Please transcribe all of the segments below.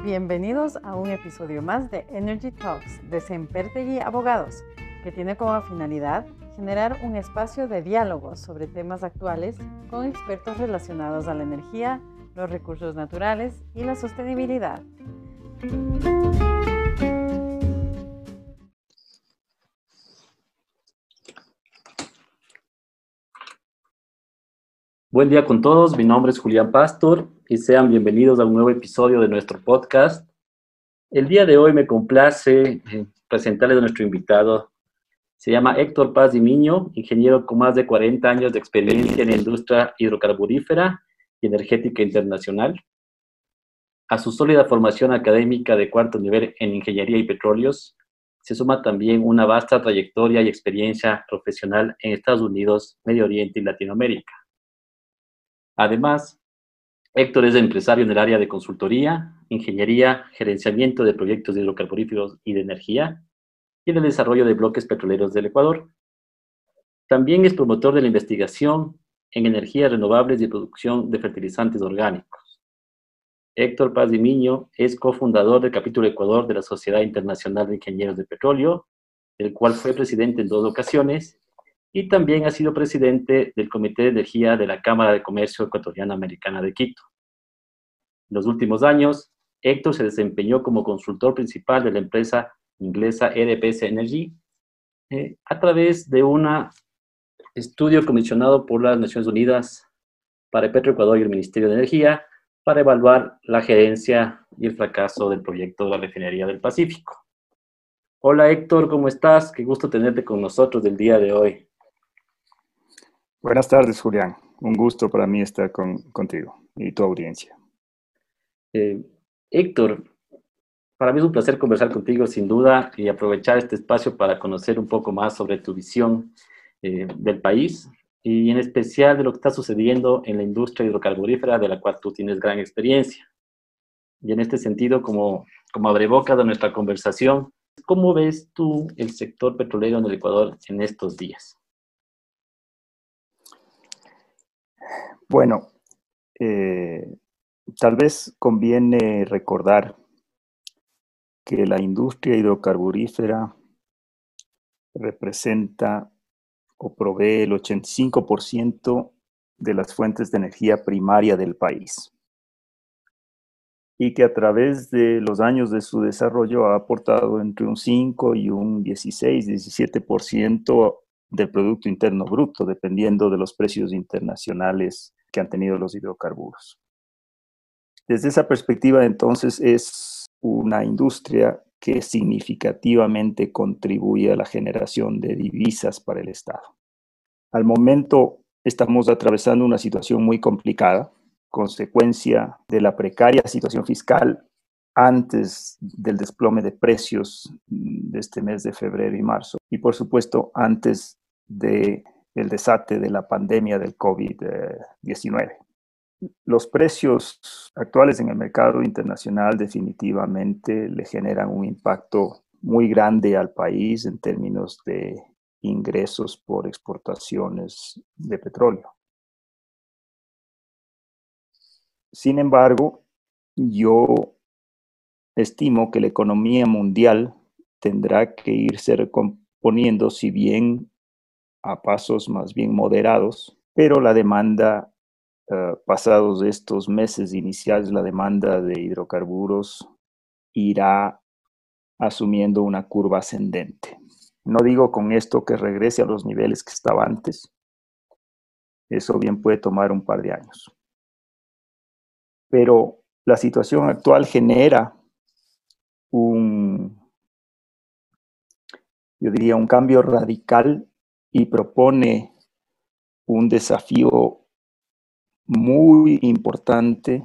Bienvenidos a un episodio más de Energy Talks de Sempertegui Abogados, que tiene como finalidad generar un espacio de diálogo sobre temas actuales con expertos relacionados a la energía, los recursos naturales y la sostenibilidad. Buen día con todos, mi nombre es Julián Pastor y sean bienvenidos a un nuevo episodio de nuestro podcast. El día de hoy me complace presentarles a nuestro invitado. Se llama Héctor Paz y Miño, ingeniero con más de 40 años de experiencia en la industria hidrocarburífera y energética internacional. A su sólida formación académica de cuarto nivel en ingeniería y petróleos, se suma también una vasta trayectoria y experiencia profesional en Estados Unidos, Medio Oriente y Latinoamérica. Además, Héctor es empresario en el área de consultoría, ingeniería, gerenciamiento de proyectos hidrocarburíferos y de energía y del desarrollo de bloques petroleros del Ecuador. También es promotor de la investigación en energías renovables y producción de fertilizantes orgánicos. Héctor Paz y Miño es cofundador del capítulo Ecuador de la Sociedad Internacional de Ingenieros de Petróleo, del cual fue presidente en 2 ocasiones, y también ha sido presidente del Comité de Energía de la Cámara de Comercio Ecuatoriana Americana de Quito. En los últimos años, Héctor se desempeñó como consultor principal de la empresa inglesa EDPS Energy a través de un estudio comisionado por las Naciones Unidas para Petroecuador y el Ministerio de Energía para evaluar la gerencia y el fracaso del proyecto de la refinería del Pacífico. Hola Héctor, ¿cómo estás? Qué gusto tenerte con nosotros el día de hoy. Buenas tardes, Julián. Un gusto para mí estar contigo y tu audiencia. Héctor, para mí es un placer conversar contigo, sin duda, y aprovechar este espacio para conocer un poco más sobre tu visión del país y en especial de lo que está sucediendo en la industria hidrocarburífera, de la cual tú tienes gran experiencia. Y en este sentido, como abrebocas de nuestra conversación, ¿cómo ves tú el sector petrolero en el Ecuador en estos días? Bueno, tal vez conviene recordar que la industria hidrocarburífera representa o provee el 85% de las fuentes de energía primaria del país y que a través de los años de su desarrollo ha aportado entre un 5 y un 16-17% del Producto Interno Bruto, dependiendo de los precios internacionales que han tenido los hidrocarburos. Desde esa perspectiva, entonces, es una industria que significativamente contribuye a la generación de divisas para el Estado. Al momento estamos atravesando una situación muy complicada, consecuencia de la precaria situación fiscal antes del desplome de precios de este mes de febrero y marzo, y por supuesto antes del desate de la pandemia del COVID-19. Los precios actuales en el mercado internacional definitivamente le generan un impacto muy grande al país en términos de ingresos por exportaciones de petróleo. Sin embargo, yo estimo que la economía mundial tendrá que irse recomponiendo, si bien a pasos más bien moderados, pero la demanda, pasados estos meses iniciales, la demanda de hidrocarburos irá asumiendo una curva ascendente. No digo con esto que regrese a los niveles que estaba antes. Eso bien puede tomar un par de años. Pero la situación actual genera un cambio radical y propone un desafío muy importante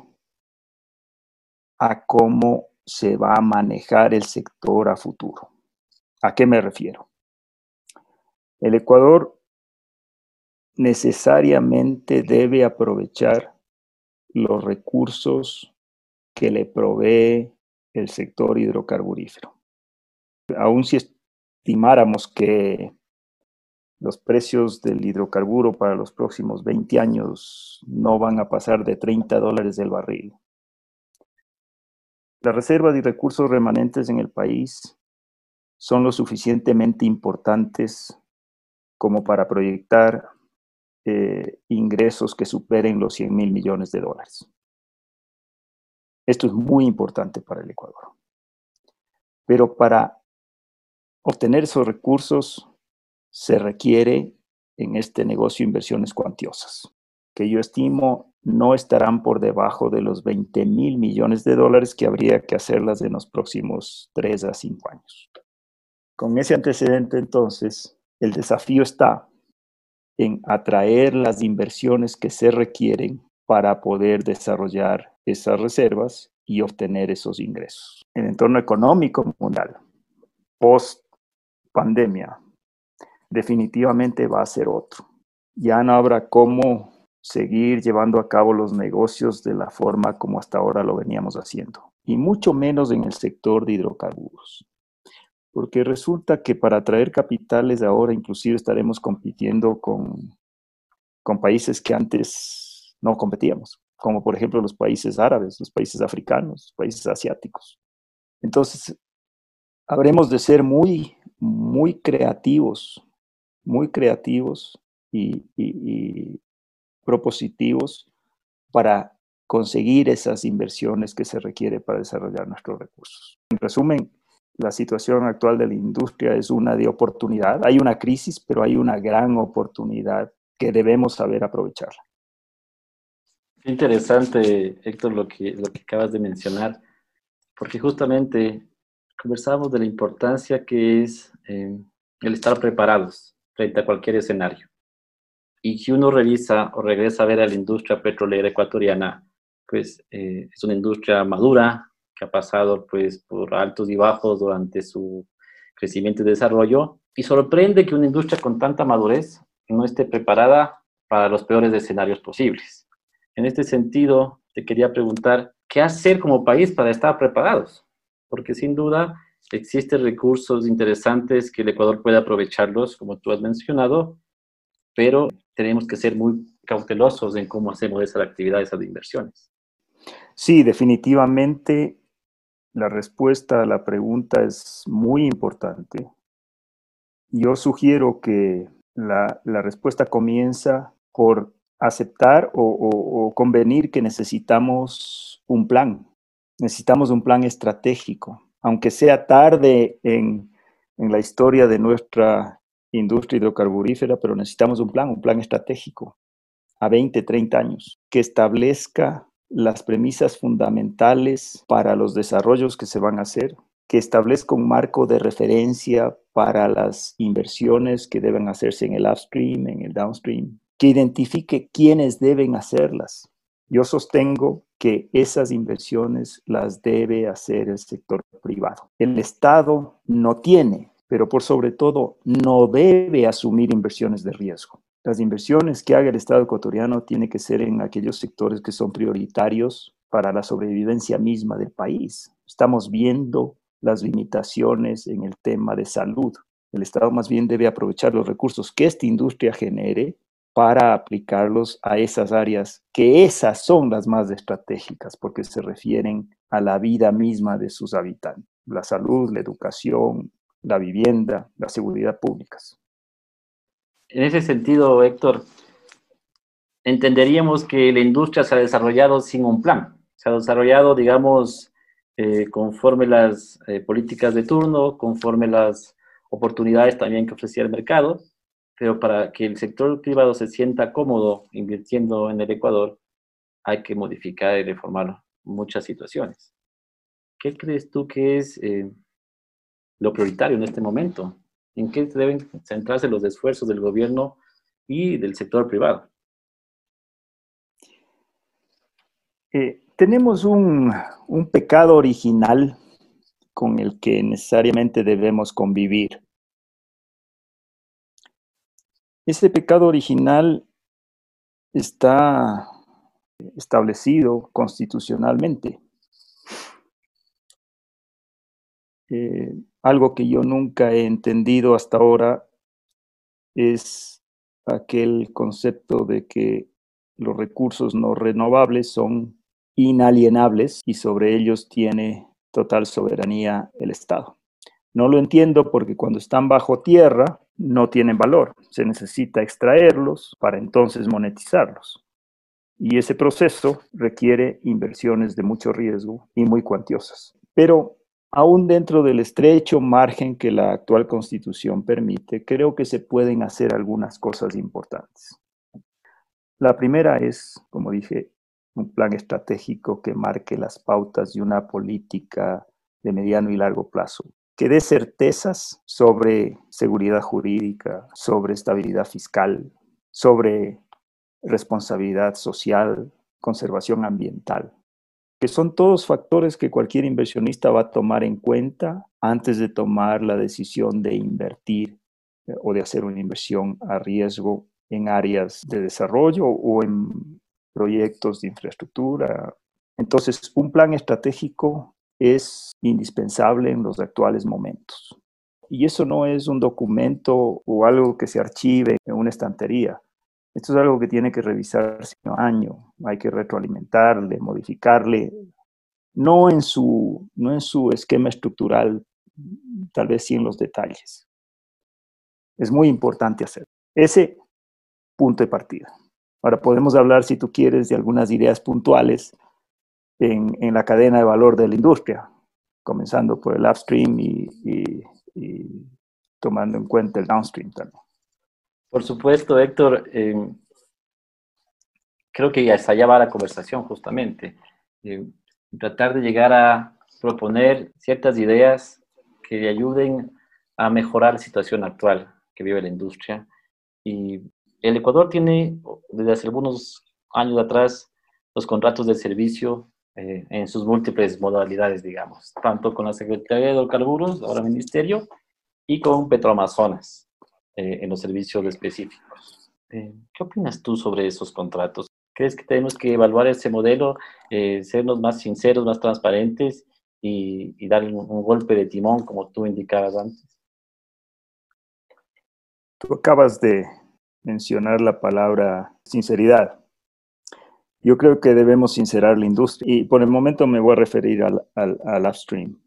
a cómo se va a manejar el sector a futuro. ¿A qué me refiero? El Ecuador necesariamente debe aprovechar los recursos que le provee el sector hidrocarburífero. Aun si estimáramos que los precios del hidrocarburo para los próximos 20 años no van a pasar de $30 el barril, Las reservas y recursos remanentes en el país son lo suficientemente importantes como para proyectar ingresos que superen los 100.000 millones de dólares. Esto es muy importante para el Ecuador. Pero para obtener esos recursos se requiere en este negocio inversiones cuantiosas, que yo estimo no estarán por debajo de los 20.000 millones de dólares que habría que hacerlas en los próximos 3 a 5 años. Con ese antecedente, entonces, el desafío está en atraer las inversiones que se requieren para poder desarrollar esas reservas y obtener esos ingresos. El entorno económico mundial, post pandemia, definitivamente va a ser otro. Ya no habrá cómo seguir llevando a cabo los negocios de la forma como hasta ahora lo veníamos haciendo, y mucho menos en el sector de hidrocarburos. Porque resulta que para atraer capitales ahora inclusive estaremos compitiendo con países que antes no competíamos, como por ejemplo los países árabes, los países africanos, los países asiáticos. Entonces, habremos de ser muy, muy creativos y propositivos para conseguir esas inversiones que se requiere para desarrollar nuestros recursos. En resumen, la situación actual de la industria es una de oportunidad. Hay una crisis, pero hay una gran oportunidad que debemos saber aprovecharla. Qué interesante, Héctor, lo que acabas de mencionar, porque justamente conversamos de la importancia que es el estar preparados frente a cualquier escenario. Y si uno revisa o regresa a ver a la industria petrolera ecuatoriana, pues es una industria madura que ha pasado pues por altos y bajos durante su crecimiento y desarrollo, y sorprende que una industria con tanta madurez no esté preparada para los peores escenarios posibles. En este sentido, te quería preguntar, ¿qué hacer como país para estar preparados? Porque sin duda existen recursos interesantes que el Ecuador puede aprovecharlos, como tú has mencionado, pero tenemos que ser muy cautelosos en cómo hacemos esas actividades, esas inversiones. Sí, definitivamente la respuesta a la pregunta es muy importante. Yo sugiero que la respuesta comienza por aceptar o convenir que necesitamos un plan. Necesitamos un plan estratégico. Aunque sea tarde en la historia de nuestra industria hidrocarburífera, pero necesitamos un plan estratégico a 20, 30 años, que establezca las premisas fundamentales para los desarrollos que se van a hacer, que establezca un marco de referencia para las inversiones que deben hacerse en el upstream, en el downstream, que identifique quiénes deben hacerlas. Yo sostengo que esas inversiones las debe hacer el sector privado. El Estado no tiene, pero por sobre todo no debe asumir inversiones de riesgo. Las inversiones que haga el Estado ecuatoriano tienen que ser en aquellos sectores que son prioritarios para la sobrevivencia misma del país. Estamos viendo las limitaciones en el tema de salud. El Estado más bien debe aprovechar los recursos que esta industria genere para aplicarlos a esas áreas, que esas son las más estratégicas, porque se refieren a la vida misma de sus habitantes, la salud, la educación, la vivienda, la seguridad públicas. En ese sentido, Héctor, entenderíamos que la industria se ha desarrollado sin un plan. Se ha desarrollado, digamos, conforme las políticas de turno, conforme las oportunidades también que ofrecía el mercado, pero para que el sector privado se sienta cómodo invirtiendo en el Ecuador, hay que modificar y reformar muchas situaciones. ¿Qué crees tú que es lo prioritario en este momento? ¿En qué deben centrarse los esfuerzos del gobierno y del sector privado? Tenemos un pecado original con el que necesariamente debemos convivir. Ese pecado original está establecido constitucionalmente. Algo que yo nunca he entendido hasta ahora es aquel concepto de que los recursos no renovables son inalienables y sobre ellos tiene total soberanía el Estado. No lo entiendo porque cuando están bajo tierra no tienen valor. Se necesita extraerlos para entonces monetizarlos. Y ese proceso requiere inversiones de mucho riesgo y muy cuantiosas. Pero aún dentro del estrecho margen que la actual Constitución permite, creo que se pueden hacer algunas cosas importantes. La primera es, como dije, un plan estratégico que marque las pautas de una política de mediano y largo plazo, que dé certezas sobre seguridad jurídica, sobre estabilidad fiscal, sobre responsabilidad social, conservación ambiental, que son todos factores que cualquier inversionista va a tomar en cuenta antes de tomar la decisión de invertir o de hacer una inversión a riesgo en áreas de desarrollo o en proyectos de infraestructura. Entonces, un plan estratégico es indispensable en los actuales momentos. Y eso no es un documento o algo que se archive en una estantería. Esto es algo que tiene que revisarse año a año. Hay que retroalimentarle, modificarle, no en su esquema estructural, tal vez sí en los detalles. Es muy importante hacerlo. Ese punto de partida. Ahora podemos hablar, si tú quieres, de algunas ideas puntuales en la cadena de valor de la industria, comenzando por el upstream y tomando en cuenta el downstream también. Por supuesto, Héctor, creo que hasta allá va la conversación justamente. Tratar de llegar a proponer ciertas ideas que le ayuden a mejorar la situación actual que vive la industria. Y el Ecuador tiene, desde hace algunos años atrás, los contratos de servicio en sus múltiples modalidades, digamos, tanto con la Secretaría de Hidrocarburos, ahora Ministerio, y con Petroamazonas en los servicios específicos. ¿Qué opinas tú sobre esos contratos? ¿Crees que tenemos que evaluar ese modelo, sernos más sinceros, más transparentes y darle un golpe de timón, como tú indicabas antes? Tú acabas de mencionar la palabra sinceridad. Yo creo que debemos sincerar la industria y por el momento me voy a referir al upstream.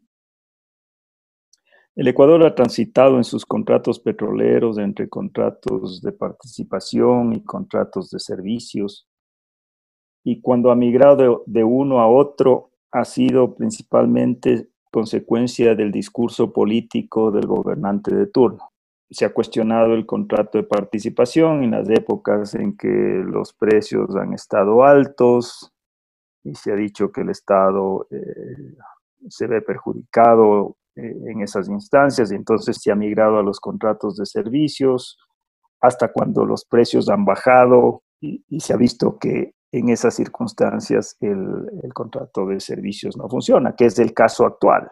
El Ecuador ha transitado en sus contratos petroleros entre contratos de participación y contratos de servicios. Y cuando ha migrado de uno a otro, ha sido principalmente consecuencia del discurso político del gobernante de turno. Se ha cuestionado el contrato de participación en las épocas en que los precios han estado altos y se ha dicho que el Estado se ve perjudicado en esas instancias y entonces se ha migrado a los contratos de servicios hasta cuando los precios han bajado y se ha visto que en esas circunstancias el contrato de servicios no funciona, que es el caso actual.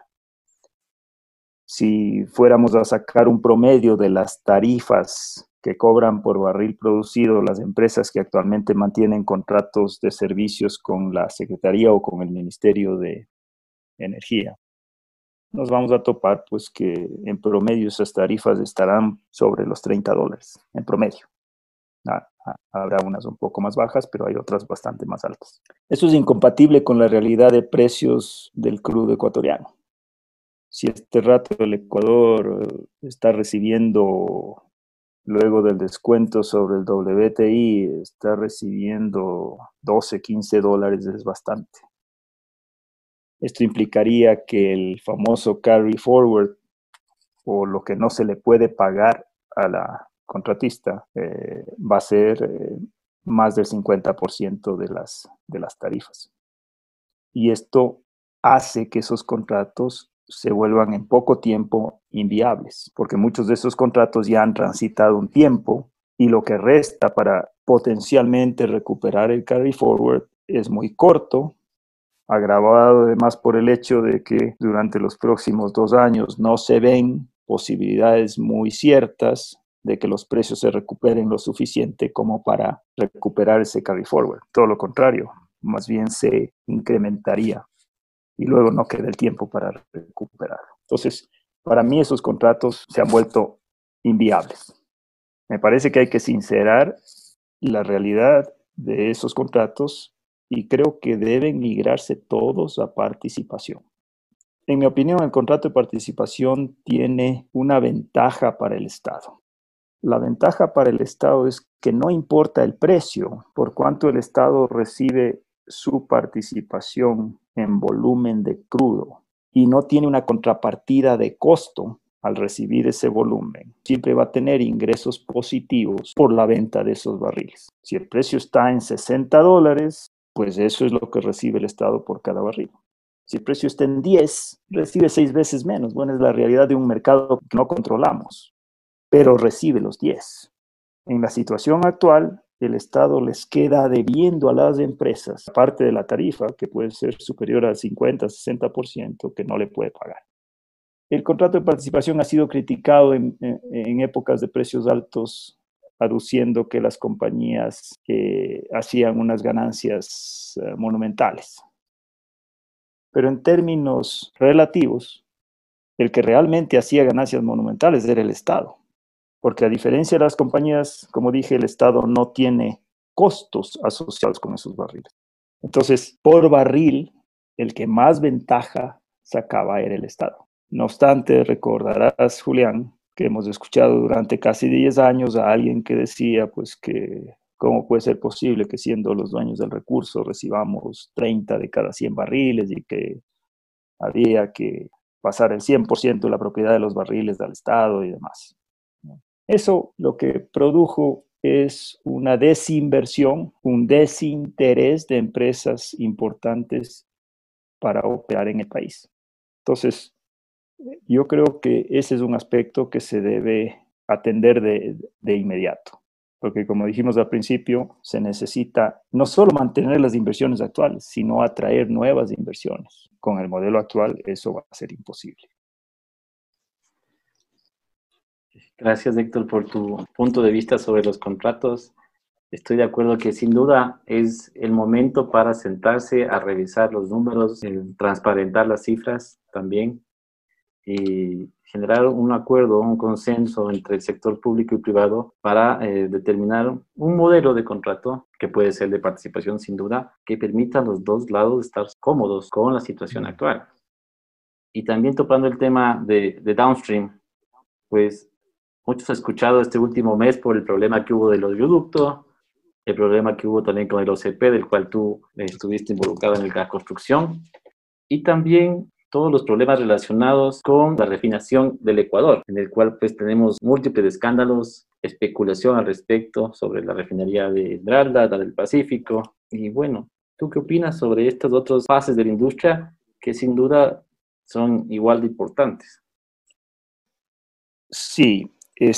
Si fuéramos a sacar un promedio de las tarifas que cobran por barril producido las empresas que actualmente mantienen contratos de servicios con la Secretaría o con el Ministerio de Energía, nos vamos a topar pues que en promedio esas tarifas estarán sobre los $30 en promedio. Habrá unas un poco más bajas, pero hay otras bastante más altas. Eso es incompatible con la realidad de precios del crudo ecuatoriano. Si este rato el Ecuador está recibiendo, luego del descuento sobre el WTI, está recibiendo $12, $15, es bastante. Esto implicaría que el famoso carry forward, o lo que no se le puede pagar a la contratista, va a ser más del 50% de las tarifas. Y esto hace que esos contratos se vuelvan en poco tiempo inviables, porque muchos de esos contratos ya han transitado un tiempo y lo que resta para potencialmente recuperar el carry forward es muy corto, agravado además por el hecho de que durante los próximos 2 años no se ven posibilidades muy ciertas de que los precios se recuperen lo suficiente como para recuperar ese carry forward. Todo lo contrario, más bien se incrementaría y luego no queda el tiempo para recuperarlo. Entonces, para mí esos contratos se han vuelto inviables. Me parece que hay que sincerar la realidad de esos contratos y creo que deben migrarse todos a participación. En mi opinión, el contrato de participación tiene una ventaja para el Estado. La ventaja para el Estado es que no importa el precio, por cuanto el Estado recibe su participación en volumen de crudo y no tiene una contrapartida de costo al recibir ese volumen. Siempre va a tener ingresos positivos por la venta de esos barriles. Si el precio está en $60, pues eso es lo que recibe el Estado por cada barril. Si el precio está en 10, recibe 6 veces menos. Bueno, es la realidad de un mercado que no controlamos, pero recibe los 10. En la situación actual, el Estado les queda debiendo a las empresas parte de la tarifa, que puede ser superior al 50-60%, que no le puede pagar. El contrato de participación ha sido criticado en épocas de precios altos, aduciendo que las compañías hacían unas ganancias monumentales. Pero en términos relativos, el que realmente hacía ganancias monumentales era el Estado. Porque a diferencia de las compañías, como dije, el Estado no tiene costos asociados con esos barriles. Entonces, por barril, el que más ventaja sacaba era el Estado. No obstante, recordarás, Julián, que hemos escuchado durante casi 10 años a alguien que decía, pues, que cómo puede ser posible que siendo los dueños del recurso recibamos 30 de cada 100 barriles y que había que pasar el 100% de la propiedad de los barriles al Estado y demás. Eso lo que produjo es una desinversión, un desinterés de empresas importantes para operar en el país. Entonces, yo creo que ese es un aspecto que se debe atender de inmediato, porque como dijimos al principio, se necesita no solo mantener las inversiones actuales, sino atraer nuevas inversiones. Con el modelo actual eso va a ser imposible. Gracias, Héctor, por tu punto de vista sobre los contratos. Estoy de acuerdo que sin duda es el momento para sentarse a revisar los números, transparentar las cifras también y generar un acuerdo, un consenso entre el sector público y privado para determinar un modelo de contrato que puede ser de participación sin duda, que permita a los dos lados estar cómodos con la situación actual. Y también topando el tema de downstream, pues muchos han escuchado este último mes por el problema que hubo del oleoducto, el problema que hubo también con el OCP, del cual tú estuviste involucrado en la construcción, y también todos los problemas relacionados con la refinación del Ecuador, en el cual pues tenemos múltiples escándalos, especulación al respecto sobre la refinería de Esmeralda, la del Pacífico, y bueno, ¿tú qué opinas sobre estas otras fases de la industria que sin duda son igual de importantes? Sí,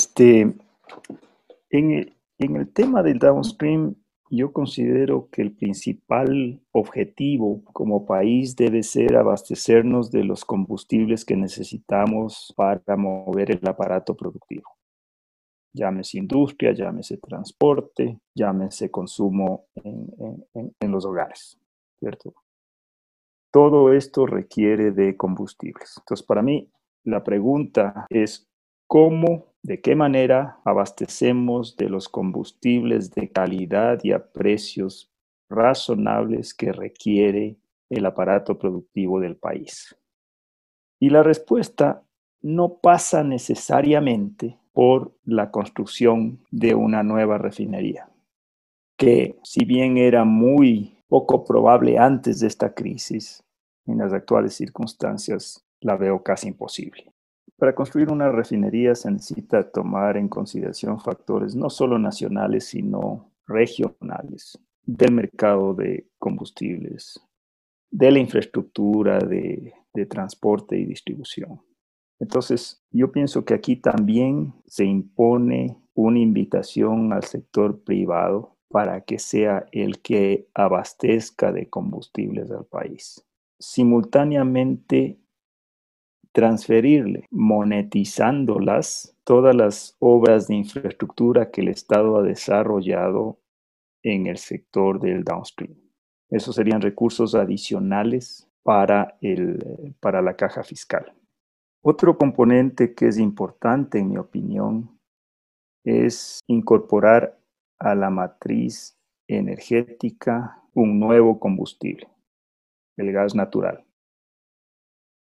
en el tema del downstream, yo considero que el principal objetivo como país debe ser abastecernos de los combustibles que necesitamos para mover el aparato productivo. Llámese industria, llámese transporte, llámese consumo en los hogares, ¿cierto? Todo esto requiere de combustibles. Entonces, para mí, la pregunta es cómo, de qué manera abastecemos de los combustibles de calidad y a precios razonables que requiere el aparato productivo del país. Y la respuesta no pasa necesariamente por la construcción de una nueva refinería, que si bien era muy poco probable antes de esta crisis, en las actuales circunstancias la veo casi imposible. Para construir una refinería se necesita tomar en consideración factores no solo nacionales, sino regionales, del mercado de combustibles, de la infraestructura de transporte y distribución. Entonces, yo pienso que aquí también se impone una invitación al sector privado para que sea el que abastezca de combustibles al país. Simultáneamente, transferirle, monetizándolas, todas las obras de infraestructura que el Estado ha desarrollado en el sector del downstream. Esos serían recursos adicionales para la caja fiscal. Otro componente que es importante, en mi opinión, es incorporar a la matriz energética un nuevo combustible, el gas natural.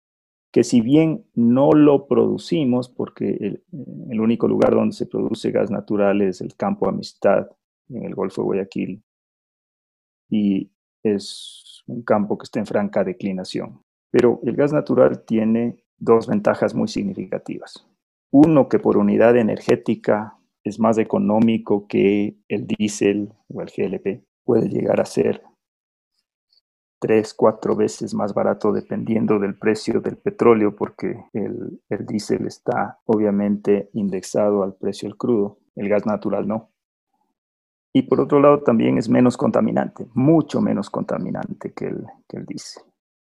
que si bien no lo producimos, porque el único lugar donde se produce gas natural es el Campo Amistad en el Golfo de Guayaquil, y es un campo que está en franca declinación. Pero el gas natural tiene dos ventajas muy significativas. Uno, que por unidad energética es más económico que el diésel o el GLP. Puede llegar a ser 3, 4 veces más barato dependiendo del precio del petróleo, porque el diésel está obviamente indexado al precio del crudo, el gas natural no. Y por otro lado también es menos contaminante, mucho menos contaminante que el diésel.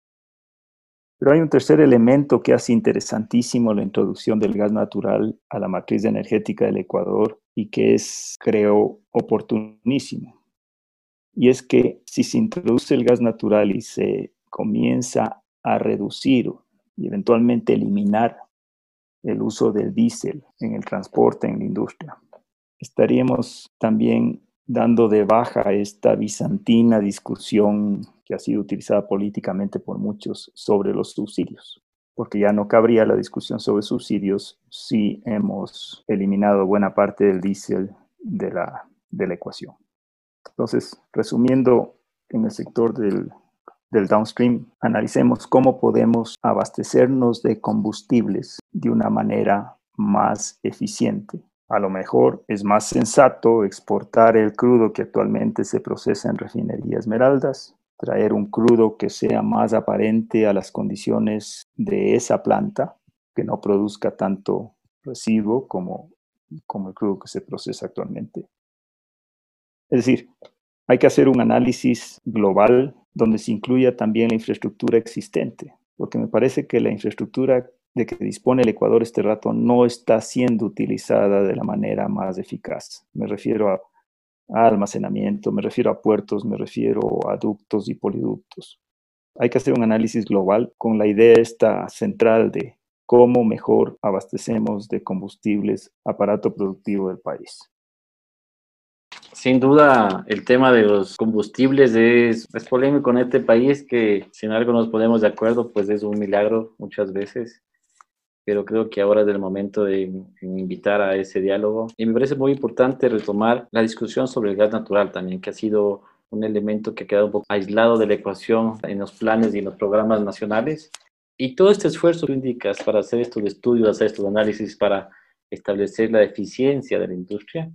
Pero hay un tercer elemento que hace interesantísimo la introducción del gas natural a la matriz energética del Ecuador y que es, creo, oportunísimo. Y es que si se introduce el gas natural y se comienza a reducir y eventualmente eliminar el uso del diésel en el transporte, en la industria, estaríamos también dando de baja esta bizantina discusión que ha sido utilizada políticamente por muchos sobre los subsidios, porque ya no cabría la discusión sobre subsidios si hemos eliminado buena parte del diésel de la ecuación. Entonces, resumiendo, en el sector del downstream, analicemos cómo podemos abastecernos de combustibles de una manera más eficiente. A lo mejor es más sensato exportar el crudo que actualmente se procesa en refinería Esmeraldas, traer un crudo que sea más aparente a las condiciones de esa planta, que no produzca tanto residuo como el crudo que se procesa actualmente. Es decir, hay que hacer un análisis global donde se incluya también la infraestructura existente, porque me parece que la infraestructura de que dispone el Ecuador este rato no está siendo utilizada de la manera más eficaz. Me refiero a almacenamiento, me refiero a puertos, me refiero a ductos y poliductos. Hay que hacer un análisis global con la idea esta central de cómo mejor abastecemos de combustibles aparato productivo del país. Sin duda, el tema de los combustibles es polémico en este país, que si en algo nos ponemos de acuerdo, pues es un milagro muchas veces, pero creo que ahora es el momento de invitar a ese diálogo. Y me parece muy importante retomar la discusión sobre el gas natural también, que ha sido un elemento que ha quedado un poco aislado de la ecuación en los planes y en los programas nacionales. Y todo este esfuerzo que indicas para hacer estos estudios, hacer estos análisis, para establecer la eficiencia de la industria,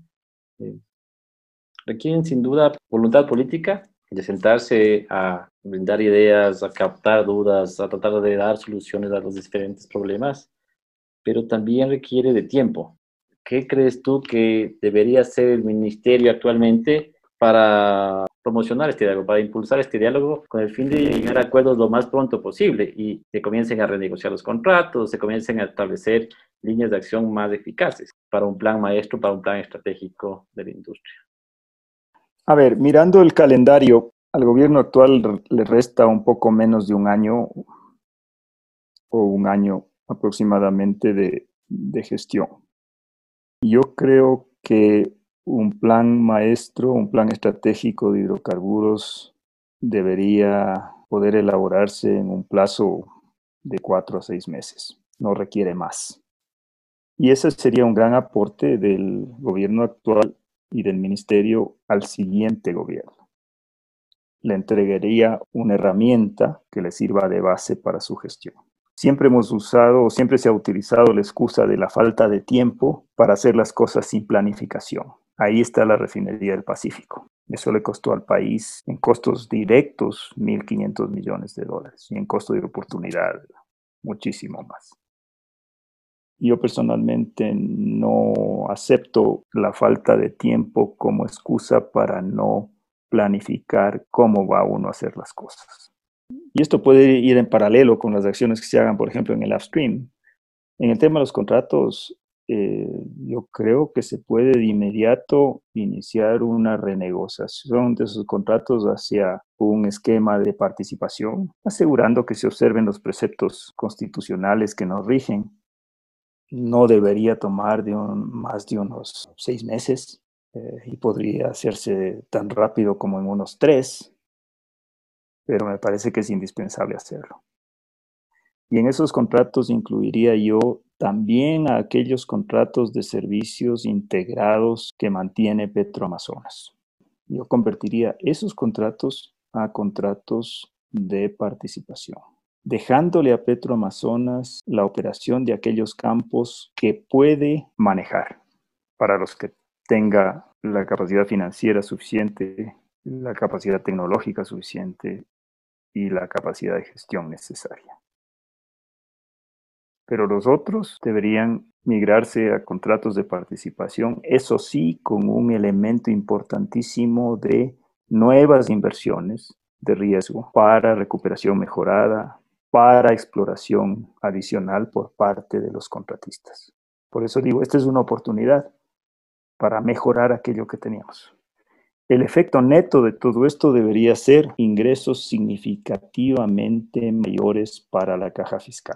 requieren sin duda voluntad política de sentarse a brindar ideas, a captar dudas, a tratar de dar soluciones a los diferentes problemas, pero también requiere de tiempo. ¿Qué crees tú que debería hacer el ministerio actualmente para promocionar este diálogo, para impulsar este diálogo con el fin de llegar a acuerdos lo más pronto posible y se comiencen a renegociar los contratos, se comiencen a establecer líneas de acción más eficaces para un plan maestro, para un plan estratégico de la industria? A ver, mirando el calendario, al gobierno actual le resta un poco menos de un año o un año aproximadamente de gestión. Yo creo que un plan maestro, un plan estratégico de hidrocarburos debería poder elaborarse en un plazo de 4 a 6 meses. No requiere más. Y ese sería un gran aporte del gobierno actual y del ministerio al siguiente gobierno. Le entregaría una herramienta que le sirva de base para su gestión. Siempre hemos usado, o siempre se ha utilizado la excusa de la falta de tiempo para hacer las cosas sin planificación. Ahí está la refinería del Pacífico. Eso le costó al país en costos directos 1.500 millones de dólares y en costo de oportunidad muchísimo más. Yo personalmente no acepto la falta de tiempo como excusa para no planificar cómo va uno a hacer las cosas. Y esto puede ir en paralelo con las acciones que se hagan, por ejemplo, en el upstream. En el tema de los contratos, yo creo que se puede de inmediato iniciar una renegociación de esos contratos hacia un esquema de participación, asegurando que se observen los preceptos constitucionales que nos rigen. No debería tomar más de unos 6 meses y podría hacerse tan rápido como en unos 3, pero me parece que es indispensable hacerlo. Y en esos contratos incluiría yo también a aquellos contratos de servicios integrados que mantiene Petroamazonas. Yo convertiría esos contratos a contratos de participación, dejándole a Petroamazonas la operación de aquellos campos que puede manejar, para los que tenga la capacidad financiera suficiente, la capacidad tecnológica suficiente y la capacidad de gestión necesaria. Pero los otros deberían migrarse a contratos de participación, eso sí, con un elemento importantísimo de nuevas inversiones de riesgo para recuperación mejorada, para exploración adicional por parte de los contratistas. Por eso digo, esta es una oportunidad para mejorar aquello que teníamos. El efecto neto de todo esto debería ser ingresos significativamente mayores para la caja fiscal.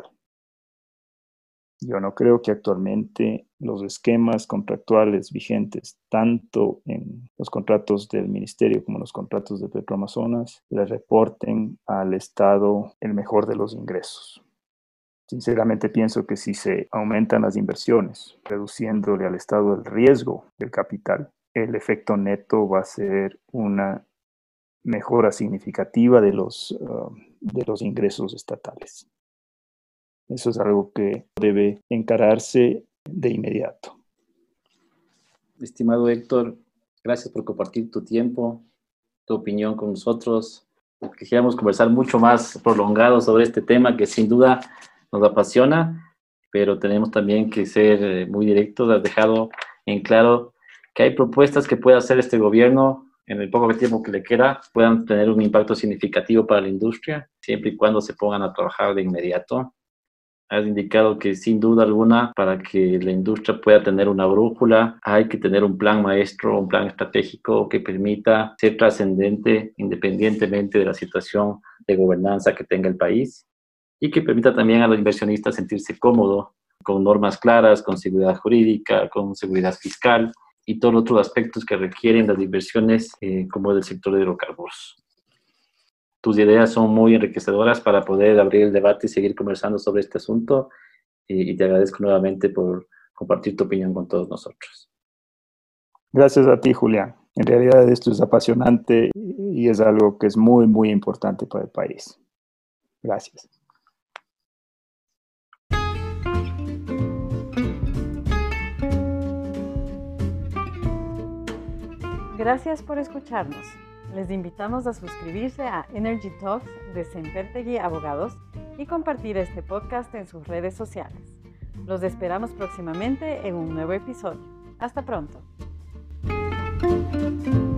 Yo no creo que actualmente los esquemas contractuales vigentes, tanto en los contratos del Ministerio como en los contratos de Petroamazonas, le reporten al Estado el mejor de los ingresos. Sinceramente pienso que si se aumentan las inversiones, reduciéndole al Estado el riesgo del capital, el efecto neto va a ser una mejora significativa de los ingresos estatales. Eso es algo que debe encararse de inmediato. Estimado Héctor, gracias por compartir tu tiempo, tu opinión con nosotros. Quisiéramos conversar mucho más prolongado sobre este tema que sin duda nos apasiona, pero tenemos también que ser muy directos. Has dejado en claro que hay propuestas que puede hacer este gobierno en el poco tiempo que le queda, puedan tener un impacto significativo para la industria, siempre y cuando se pongan a trabajar de inmediato. Has indicado que sin duda alguna, para que la industria pueda tener una brújula, hay que tener un plan maestro, un plan estratégico que permita ser trascendente independientemente de la situación de gobernanza que tenga el país y que permita también a los inversionistas sentirse cómodos con normas claras, con seguridad jurídica, con seguridad fiscal y todos los otros aspectos que requieren las inversiones como el del sector de hidrocarburos. Tus ideas son muy enriquecedoras para poder abrir el debate y seguir conversando sobre este asunto y te agradezco nuevamente por compartir tu opinión con todos nosotros. Gracias a ti, Julián. En realidad esto es apasionante y es algo que es muy, muy importante para el país. Gracias. Gracias por escucharnos. Les invitamos a suscribirse a Energy Talks de Sempertegui Abogados y compartir este podcast en sus redes sociales. Los esperamos próximamente en un nuevo episodio. Hasta pronto.